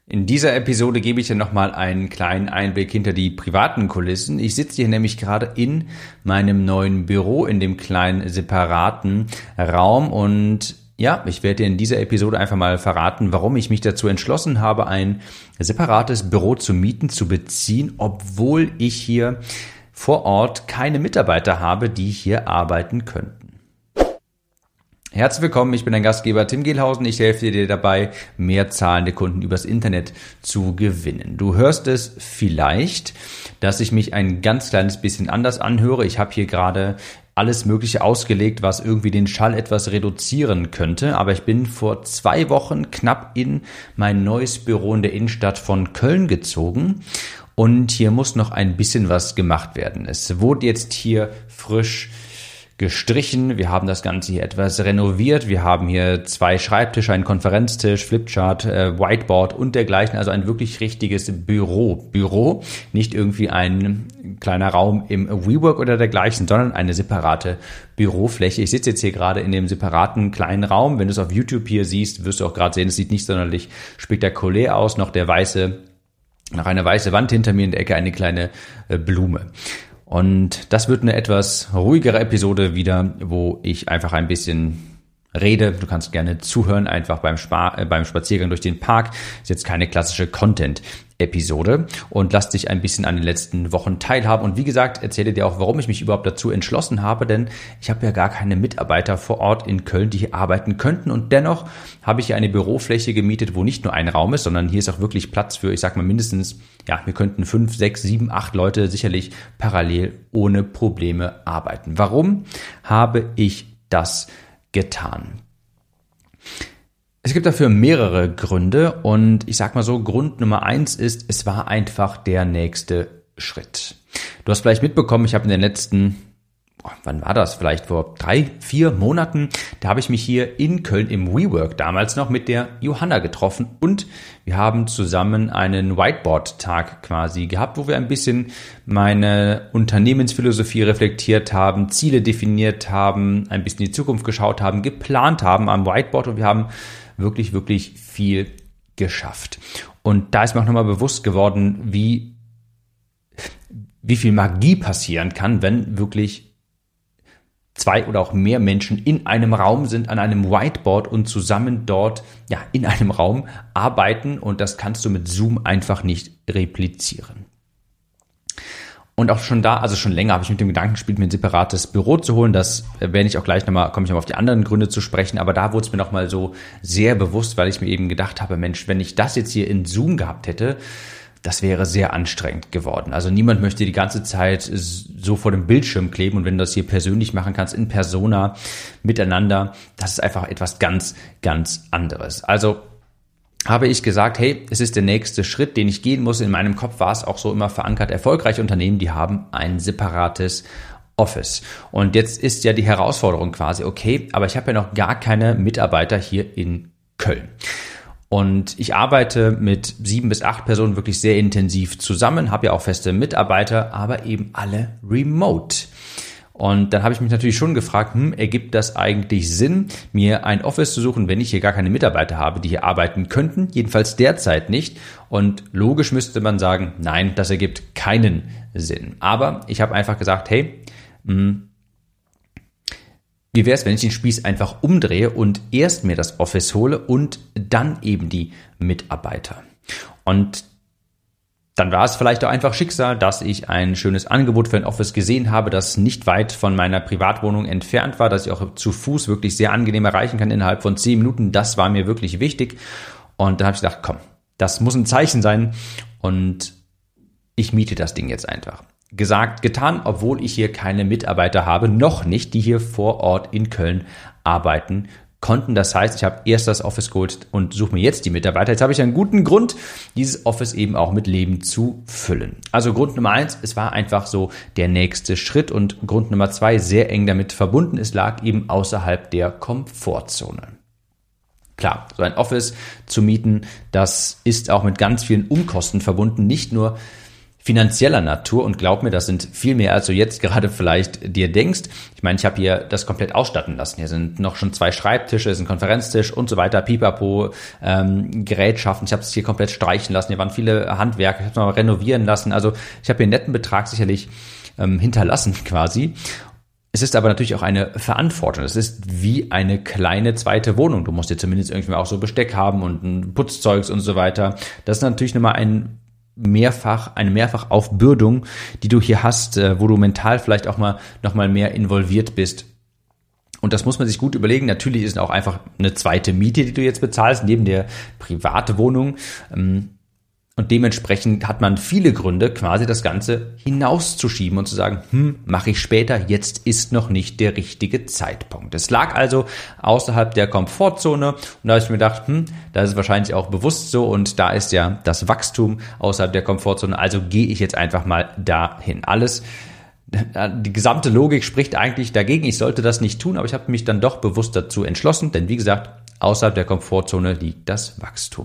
In dieser Episode gebe ich dir nochmal einen kleinen Einblick hinter die privaten Kulissen. Ich sitze hier nämlich gerade in meinem neuen Büro in dem kleinen separaten Raum und ja, ich werde dir in dieser Episode einfach mal verraten, warum ich mich dazu entschlossen habe, ein separates Büro zu mieten, zu beziehen, obwohl ich hier vor Ort keine Mitarbeiter habe, die hier arbeiten könnten. Herzlich willkommen, ich bin dein Gastgeber Tim Gehlhausen. Ich helfe dir dabei, mehr zahlende Kunden übers Internet zu gewinnen. Du hörst es vielleicht, dass ich mich ein ganz kleines bisschen anders anhöre. Ich habe hier gerade alles Mögliche ausgelegt, was irgendwie den Schall etwas reduzieren könnte. Aber ich bin vor 2 Wochen knapp in mein neues Büro in der Innenstadt von Köln gezogen. Und hier muss noch ein bisschen was gemacht werden. Es wurde jetzt hier frisch gestrichen. Wir haben das Ganze hier etwas renoviert. Wir haben hier 2 Schreibtische, einen Konferenztisch, Flipchart, Whiteboard und dergleichen. Also ein wirklich richtiges Büro. Nicht irgendwie ein kleiner Raum im WeWork oder dergleichen, sondern eine separate Bürofläche. Ich sitze jetzt hier gerade in dem separaten kleinen Raum. Wenn du es auf YouTube hier siehst, wirst du auch gerade sehen, es sieht nicht sonderlich spektakulär aus. Noch eine weiße Wand hinter mir, in der Ecke eine kleine Blume. Und das wird eine etwas ruhigere Episode wieder, wo ich einfach ein bisschen rede. Du kannst gerne zuhören, einfach beim Spaziergang durch den Park. Ist jetzt keine klassische Content-Episode und lass dich ein bisschen an den letzten Wochen teilhaben. Und wie gesagt, erzähle dir auch, warum ich mich überhaupt dazu entschlossen habe, denn ich habe ja gar keine Mitarbeiter vor Ort in Köln, die hier arbeiten könnten. Und dennoch habe ich hier eine Bürofläche gemietet, wo nicht nur ein Raum ist, sondern hier ist auch wirklich Platz für, ich sag mal mindestens, wir könnten 5, 6, 7, 8 Leute sicherlich parallel ohne Probleme arbeiten. Warum habe ich das getan? Es gibt dafür mehrere Gründe und ich sag mal so, Grund Nummer 1 ist, es war einfach der nächste Schritt. Du hast vielleicht mitbekommen, ich habe in den letzten, wann war das? Vielleicht vor 3, 4 Monaten, da habe ich mich hier in Köln im WeWork damals noch mit der Johanna getroffen und wir haben zusammen einen Whiteboard-Tag quasi gehabt, wo wir ein bisschen meine Unternehmensphilosophie reflektiert haben, Ziele definiert haben, ein bisschen in die Zukunft geschaut haben, geplant haben am Whiteboard und wir haben wirklich, wirklich viel geschafft. Und da ist mir auch nochmal bewusst geworden, wie viel Magie passieren kann, wenn wirklich 2 oder auch mehr Menschen in einem Raum sind, an einem Whiteboard und zusammen dort in einem Raum arbeiten und das kannst du mit Zoom einfach nicht replizieren. Und auch schon länger habe ich mit dem Gedanken gespielt, mir ein separates Büro zu holen. Das werde ich auch gleich nochmal, komme ich nochmal auf die anderen Gründe zu sprechen, aber da wurde es mir nochmal so sehr bewusst, weil ich mir eben gedacht habe, Mensch, wenn ich das jetzt hier in Zoom gehabt hätte, das wäre sehr anstrengend geworden. Also niemand möchte die ganze Zeit so vor dem Bildschirm kleben und wenn du das hier persönlich machen kannst, in Persona, miteinander, das ist einfach etwas ganz, ganz anderes. Also habe ich gesagt, hey, es ist der nächste Schritt, den ich gehen muss. In meinem Kopf war es auch so immer verankert. Erfolgreiche Unternehmen, die haben ein separates Office. Und jetzt ist ja die Herausforderung quasi, okay, aber ich habe ja noch gar keine Mitarbeiter hier in Köln. Und ich arbeite mit 7 bis 8 Personen wirklich sehr intensiv zusammen, habe ja auch feste Mitarbeiter, aber eben alle remote. Und dann habe ich mich natürlich schon gefragt, ergibt das eigentlich Sinn, mir ein Office zu suchen, wenn ich hier gar keine Mitarbeiter habe, die hier arbeiten könnten? Jedenfalls derzeit nicht. Und logisch müsste man sagen, nein, das ergibt keinen Sinn. Aber ich habe einfach gesagt, hey, wie wäre es, wenn ich den Spieß einfach umdrehe und erst mir das Office hole und dann eben die Mitarbeiter? Und dann war es vielleicht auch einfach Schicksal, dass ich ein schönes Angebot für ein Office gesehen habe, das nicht weit von meiner Privatwohnung entfernt war, dass ich auch zu Fuß wirklich sehr angenehm erreichen kann innerhalb von 10 Minuten. Das war mir wirklich wichtig. Und dann habe ich gedacht, komm, das muss ein Zeichen sein und ich miete das Ding jetzt einfach. Gesagt, getan, obwohl ich hier keine Mitarbeiter habe, noch nicht, die hier vor Ort in Köln arbeiten konnten. Das heißt, ich habe erst das Office geholt und suche mir jetzt die Mitarbeiter. Jetzt habe ich einen guten Grund, dieses Office eben auch mit Leben zu füllen. Also Grund Nummer 1, es war einfach so der nächste Schritt und Grund Nummer 2, sehr eng damit verbunden, es lag eben außerhalb der Komfortzone. Klar, so ein Office zu mieten, das ist auch mit ganz vielen Umkosten verbunden, nicht nur finanzieller Natur und glaub mir, das sind viel mehr, als du jetzt gerade vielleicht dir denkst. Ich meine, ich habe hier das komplett ausstatten lassen. Hier sind noch schon 2 Schreibtische, ist ein Konferenztisch und so weiter, Pipapo, Gerätschaften. Ich habe es hier komplett streichen lassen. Hier waren viele Handwerker, ich habe es mal renovieren lassen. Also ich habe hier einen netten Betrag sicherlich hinterlassen quasi. Es ist aber natürlich auch eine Verantwortung. Es ist wie eine kleine zweite Wohnung. Du musst dir zumindest irgendwie auch so Besteck haben und ein Putzzeugs und so weiter. Das ist natürlich nochmal eine Mehrfachaufbürdung, die du hier hast, wo du mental vielleicht auch mal nochmal mehr involviert bist. Und das muss man sich gut überlegen. Natürlich ist es auch einfach eine zweite Miete, die du jetzt bezahlst, neben der private Wohnung. Und dementsprechend hat man viele Gründe, quasi das Ganze hinauszuschieben und zu sagen, mache ich später, jetzt ist noch nicht der richtige Zeitpunkt. Es lag also außerhalb der Komfortzone und da habe ich mir gedacht, da ist es wahrscheinlich auch bewusst so und da ist ja das Wachstum außerhalb der Komfortzone, also gehe ich jetzt einfach mal dahin. Die gesamte Logik spricht eigentlich dagegen, ich sollte das nicht tun, aber ich habe mich dann doch bewusst dazu entschlossen, denn wie gesagt, außerhalb der Komfortzone liegt das Wachstum.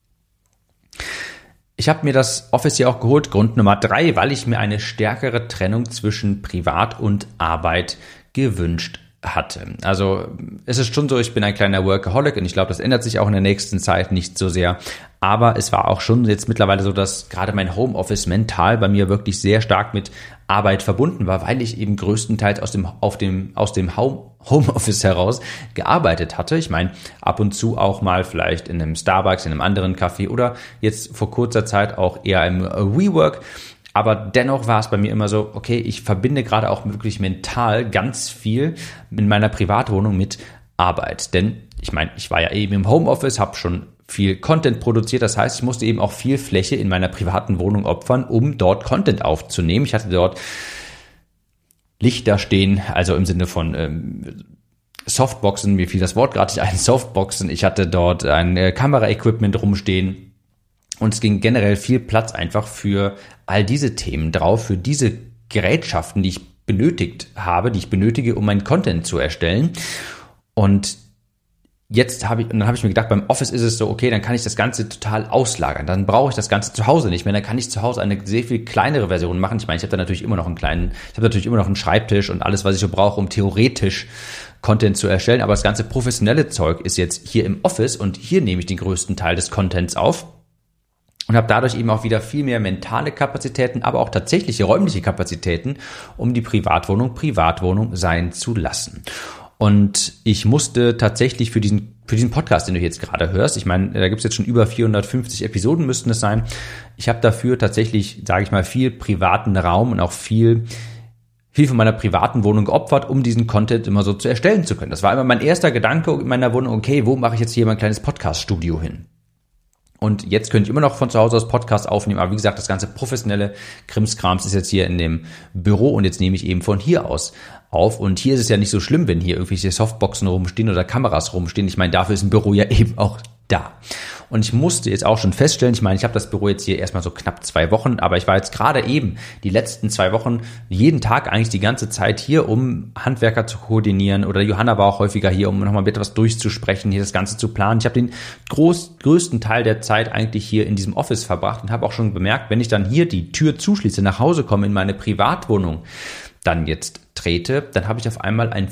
Ich habe mir das Office hier auch geholt, Grund Nummer 3, weil ich mir eine stärkere Trennung zwischen Privat und Arbeit gewünscht hatte. Also es ist schon so, ich bin ein kleiner Workaholic und ich glaube, das ändert sich auch in der nächsten Zeit nicht so sehr. Aber es war auch schon jetzt mittlerweile so, dass gerade mein Homeoffice mental bei mir wirklich sehr stark mit Arbeit verbunden war, weil ich eben größtenteils aus dem Homeoffice heraus gearbeitet hatte. Ich meine, ab und zu auch mal vielleicht in einem Starbucks, in einem anderen Café oder jetzt vor kurzer Zeit auch eher im WeWork. Aber dennoch war es bei mir immer so, okay, ich verbinde gerade auch wirklich mental ganz viel in meiner Privatwohnung mit Arbeit. Denn ich meine, ich war ja eben im Homeoffice, habe schon viel Content produziert. Das heißt, ich musste eben auch viel Fläche in meiner privaten Wohnung opfern, um dort Content aufzunehmen. Ich hatte dort Lichter stehen, also im Sinne von Softboxen, mir fiel das Wort gerade nicht ein, Softboxen. Ich hatte dort ein Kameraequipment rumstehen. Und es ging generell viel Platz einfach für all diese Themen drauf, für diese Gerätschaften, die ich benötige, um meinen Content zu erstellen. Und dann habe ich mir gedacht, beim Office ist es so, okay, dann kann ich das Ganze total auslagern. Dann brauche ich das Ganze zu Hause nicht mehr. Dann kann ich zu Hause eine sehr viel kleinere Version machen. Ich meine, ich habe natürlich immer noch einen Schreibtisch und alles, was ich so brauche, um theoretisch Content zu erstellen. Aber das ganze professionelle Zeug ist jetzt hier im Office und hier nehme ich den größten Teil des Contents auf. Und habe dadurch eben auch wieder viel mehr mentale Kapazitäten, aber auch tatsächliche räumliche Kapazitäten, um die Privatwohnung sein zu lassen. Und ich musste tatsächlich für diesen Podcast, den du jetzt gerade hörst, ich meine, da gibt es jetzt schon über 450 Episoden müssten es sein. Ich habe dafür tatsächlich, sage ich mal, viel privaten Raum und auch viel von meiner privaten Wohnung geopfert, um diesen Content immer so zu erstellen zu können. Das war immer mein erster Gedanke in meiner Wohnung, okay, wo mache ich jetzt hier mein kleines Podcast-Studio hin? Und jetzt könnte ich immer noch von zu Hause aus Podcast aufnehmen. Aber wie gesagt, das ganze professionelle Krimskrams ist jetzt hier in dem Büro und jetzt nehme ich eben von hier aus auf. Und hier ist es ja nicht so schlimm, wenn hier irgendwelche Softboxen rumstehen oder Kameras rumstehen. Ich meine, dafür ist ein Büro ja eben auch da. Und ich musste jetzt auch schon feststellen, ich meine, ich habe das Büro jetzt hier erstmal so knapp 2 Wochen, aber ich war jetzt gerade eben die letzten 2 Wochen jeden Tag eigentlich die ganze Zeit hier, um Handwerker zu koordinieren, oder Johanna war auch häufiger hier, um nochmal etwas durchzusprechen, hier das Ganze zu planen. Ich habe den größten Teil der Zeit eigentlich hier in diesem Office verbracht und habe auch schon bemerkt, wenn ich dann hier die Tür zuschließe, nach Hause komme, in meine Privatwohnung dann jetzt trete, dann habe ich auf einmal ein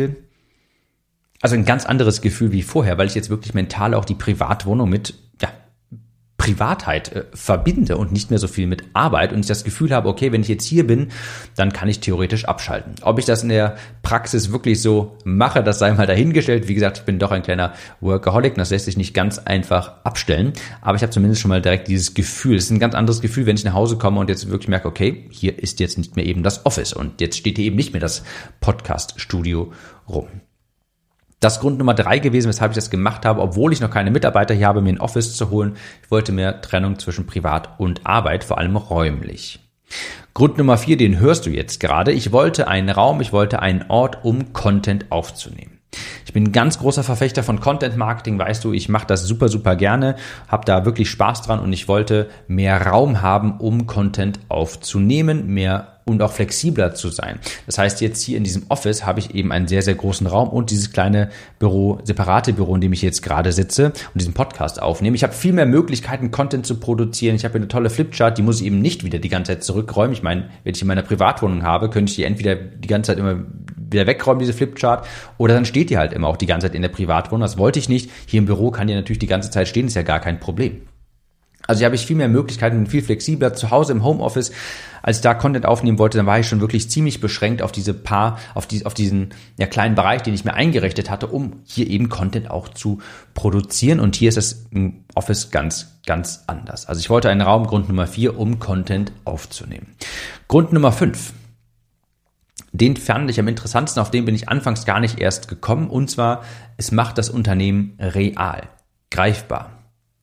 ganz anderes Gefühl wie vorher, weil ich jetzt wirklich mental auch die Privatwohnung mit Privatheit verbinde und nicht mehr so viel mit Arbeit und ich das Gefühl habe, okay, wenn ich jetzt hier bin, dann kann ich theoretisch abschalten. Ob ich das in der Praxis wirklich so mache, das sei mal dahingestellt. Wie gesagt, ich bin doch ein kleiner Workaholic und das lässt sich nicht ganz einfach abstellen, aber ich habe zumindest schon mal direkt dieses Gefühl. Es ist ein ganz anderes Gefühl, wenn ich nach Hause komme und jetzt wirklich merke, okay, hier ist jetzt nicht mehr eben das Office und jetzt steht hier eben nicht mehr das Podcast-Studio rum. Das ist Grund Nummer 3 gewesen, weshalb ich das gemacht habe, obwohl ich noch keine Mitarbeiter hier habe, mir ein Office zu holen. Ich wollte mehr Trennung zwischen Privat und Arbeit, vor allem räumlich. Grund Nummer 4, den hörst du jetzt gerade. Ich wollte einen Ort, um Content aufzunehmen. Ich bin ein ganz großer Verfechter von Content Marketing, weißt du, ich mache das super, super gerne, habe da wirklich Spaß dran und ich wollte mehr Raum haben, um Content aufzunehmen, mehr und auch flexibler zu sein. Das heißt, jetzt hier in diesem Office habe ich eben einen sehr, sehr großen Raum und dieses kleine Büro, separate Büro, in dem ich jetzt gerade sitze und diesen Podcast aufnehme. Ich habe viel mehr Möglichkeiten, Content zu produzieren. Ich habe eine tolle Flipchart, die muss ich eben nicht wieder die ganze Zeit zurückräumen. Ich meine, wenn ich in meiner Privatwohnung habe, könnte ich die entweder die ganze Zeit immer wieder wegräumen, diese Flipchart, oder dann steht die halt immer auch die ganze Zeit in der Privatwohnung. Das wollte ich nicht. Hier im Büro kann die natürlich die ganze Zeit stehen, ist ja gar kein Problem. Also hier habe ich viel mehr Möglichkeiten und viel flexibler. Zu Hause im Homeoffice, als ich da Content aufnehmen wollte, dann war ich schon wirklich ziemlich beschränkt auf diesen kleinen Bereich, den ich mir eingerichtet hatte, um hier eben Content auch zu produzieren. Und hier ist das im Office ganz, ganz anders. Also ich wollte einen Raum, Grund Nummer 4, um Content aufzunehmen. Grund Nummer 5. Den fand ich am interessantesten, auf den bin ich anfangs gar nicht erst gekommen. Und zwar, es macht das Unternehmen real, greifbar.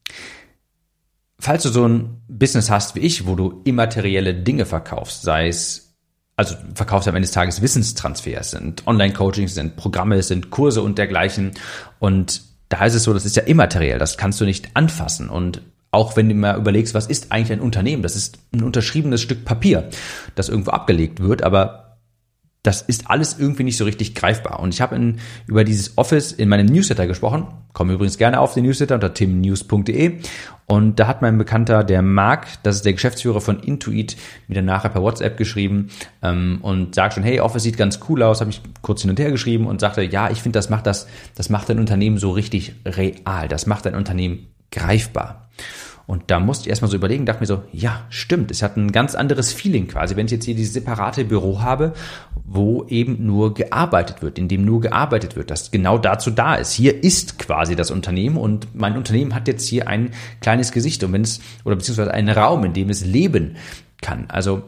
Falls du so ein Business hast wie ich, wo du immaterielle Dinge verkaufst, verkaufst am Ende des Tages Wissenstransfers, sind Online-Coachings, sind Programme, sind Kurse und dergleichen. Und da ist es so, das ist ja immateriell, das kannst du nicht anfassen. Und auch wenn du mal überlegst, was ist eigentlich ein Unternehmen? Das ist ein unterschriebenes Stück Papier, das irgendwo abgelegt wird, aber das ist alles irgendwie nicht so richtig greifbar. Und ich habe über dieses Office in meinem Newsletter gesprochen. Komme übrigens gerne auf den Newsletter unter timnews.de. Und da hat mein Bekannter, der Marc, das ist der Geschäftsführer von Intuit, mir dann nachher per WhatsApp geschrieben und sagt schon, hey, Office sieht ganz cool aus. Habe ich kurz hin und her geschrieben und sagte, ja, ich finde, das macht ein Unternehmen so richtig real. Das macht ein Unternehmen greifbar. Und da musste ich erstmal so überlegen, dachte mir so, ja, stimmt, es hat ein ganz anderes Feeling quasi, wenn ich jetzt hier dieses separate Büro habe, wo eben nur gearbeitet wird, in dem nur gearbeitet wird, das genau dazu da ist. Hier ist quasi das Unternehmen und mein Unternehmen hat jetzt hier ein kleines Gesicht und beziehungsweise einen Raum, in dem es leben kann. Also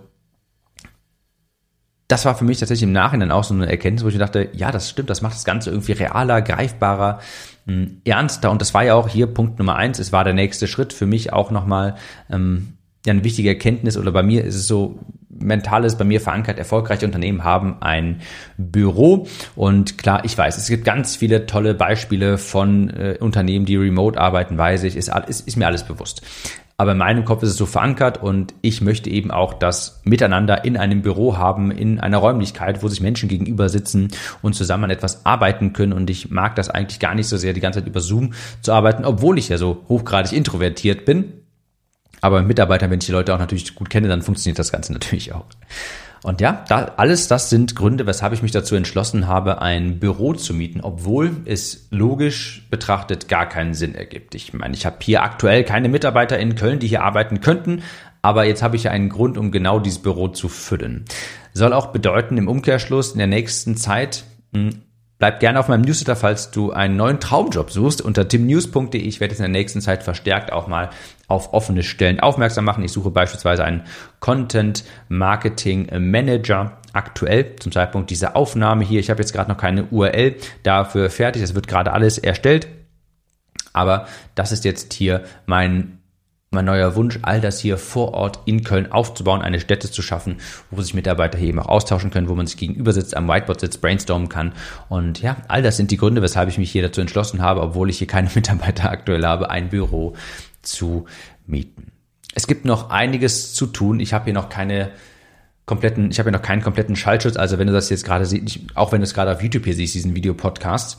das war für mich tatsächlich im Nachhinein auch so eine Erkenntnis, wo ich mir dachte, ja, das stimmt, das macht das Ganze irgendwie realer, greifbarer, ernster. Und das war ja auch hier Punkt Nummer 1. Es war der nächste Schritt für mich auch nochmal eine wichtige Erkenntnis. Oder bei mir ist es so, mental ist bei mir verankert, erfolgreiche Unternehmen haben ein Büro. Und klar, ich weiß, es gibt ganz viele tolle Beispiele von Unternehmen, die remote arbeiten, weiß ich, ist mir alles bewusst. Aber in meinem Kopf ist es so verankert und ich möchte eben auch das Miteinander in einem Büro haben, in einer Räumlichkeit, wo sich Menschen gegenüber sitzen und zusammen an etwas arbeiten können. Und ich mag das eigentlich gar nicht so sehr, die ganze Zeit über Zoom zu arbeiten, obwohl ich ja so hochgradig introvertiert bin. Aber mit Mitarbeitern, wenn ich die Leute auch natürlich gut kenne, dann funktioniert das Ganze natürlich auch. Und ja, das sind Gründe, weshalb ich mich dazu entschlossen habe, ein Büro zu mieten, obwohl es logisch betrachtet gar keinen Sinn ergibt. Ich meine, ich habe hier aktuell keine Mitarbeiter in Köln, die hier arbeiten könnten, aber jetzt habe ich ja einen Grund, um genau dieses Büro zu füllen. Soll auch bedeuten, im Umkehrschluss in der nächsten Zeit, bleib gerne auf meinem Newsletter, falls du einen neuen Traumjob suchst, unter timnews.de. Ich werde jetzt in der nächsten Zeit verstärkt auch mal auf offene Stellen aufmerksam machen. Ich suche beispielsweise einen Content Marketing Manager aktuell zum Zeitpunkt dieser Aufnahme hier. Ich habe jetzt gerade noch keine URL dafür fertig. Das wird gerade alles erstellt. Aber das ist jetzt hier mein neuer Wunsch, all das hier vor Ort in Köln aufzubauen, eine Stätte zu schaffen, wo sich Mitarbeiter hier eben auch austauschen können, wo man sich gegenüber sitzt, am Whiteboard sitzt, brainstormen kann. Und ja, all das sind die Gründe, weshalb ich mich hier dazu entschlossen habe, obwohl ich hier keine Mitarbeiter aktuell habe, ein Büro zu mieten. Es gibt noch einiges zu tun. Ich habe hier noch keinen kompletten Schallschutz. Also wenn du das jetzt gerade siehst, auch wenn du es gerade auf YouTube hier siehst, diesen Videopodcast,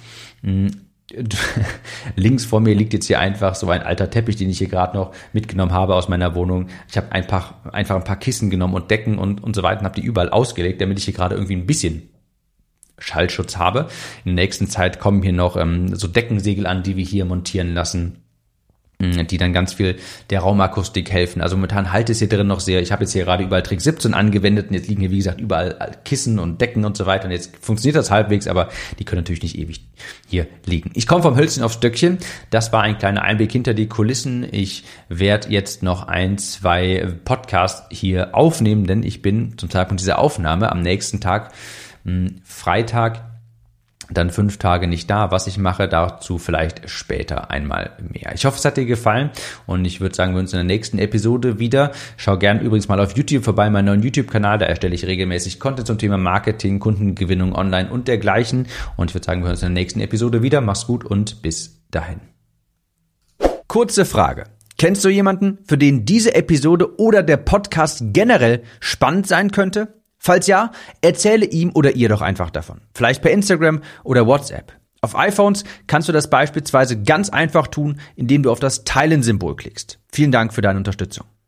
links vor mir liegt jetzt hier einfach so ein alter Teppich, den ich hier gerade noch mitgenommen habe aus meiner Wohnung. Ich habe einfach ein paar Kissen genommen und Decken und so weiter und habe die überall ausgelegt, damit ich hier gerade irgendwie ein bisschen Schallschutz habe. In der nächsten Zeit kommen hier noch so Deckensegel an, die wir hier montieren lassen, die dann ganz viel der Raumakustik helfen. Also momentan halt es hier drin noch sehr. Ich habe jetzt hier gerade überall Trick 17 angewendet und jetzt liegen hier, wie gesagt, überall Kissen und Decken und so weiter. Und jetzt funktioniert das halbwegs, aber die können natürlich nicht ewig hier liegen. Ich komme vom Hölzchen aufs Stöckchen. Das war ein kleiner Einblick hinter die Kulissen. Ich werde jetzt noch 1-2 Podcasts hier aufnehmen, denn ich bin zum Zeitpunkt dieser Aufnahme am nächsten Tag, Freitag, dann 5 Tage nicht da. Was ich mache, dazu vielleicht später einmal mehr. Ich hoffe, es hat dir gefallen und ich würde sagen, wir uns in der nächsten Episode wieder. Schau gern übrigens mal auf YouTube vorbei, meinen neuen YouTube-Kanal. Da erstelle ich regelmäßig Content zum Thema Marketing, Kundengewinnung online und dergleichen. Und ich würde sagen, wir hören uns in der nächsten Episode wieder. Mach's gut und bis dahin. Kurze Frage. Kennst du jemanden, für den diese Episode oder der Podcast generell spannend sein könnte? Falls ja, erzähle ihm oder ihr doch einfach davon. Vielleicht per Instagram oder WhatsApp. Auf iPhones kannst du das beispielsweise ganz einfach tun, indem du auf das Teilen-Symbol klickst. Vielen Dank für deine Unterstützung.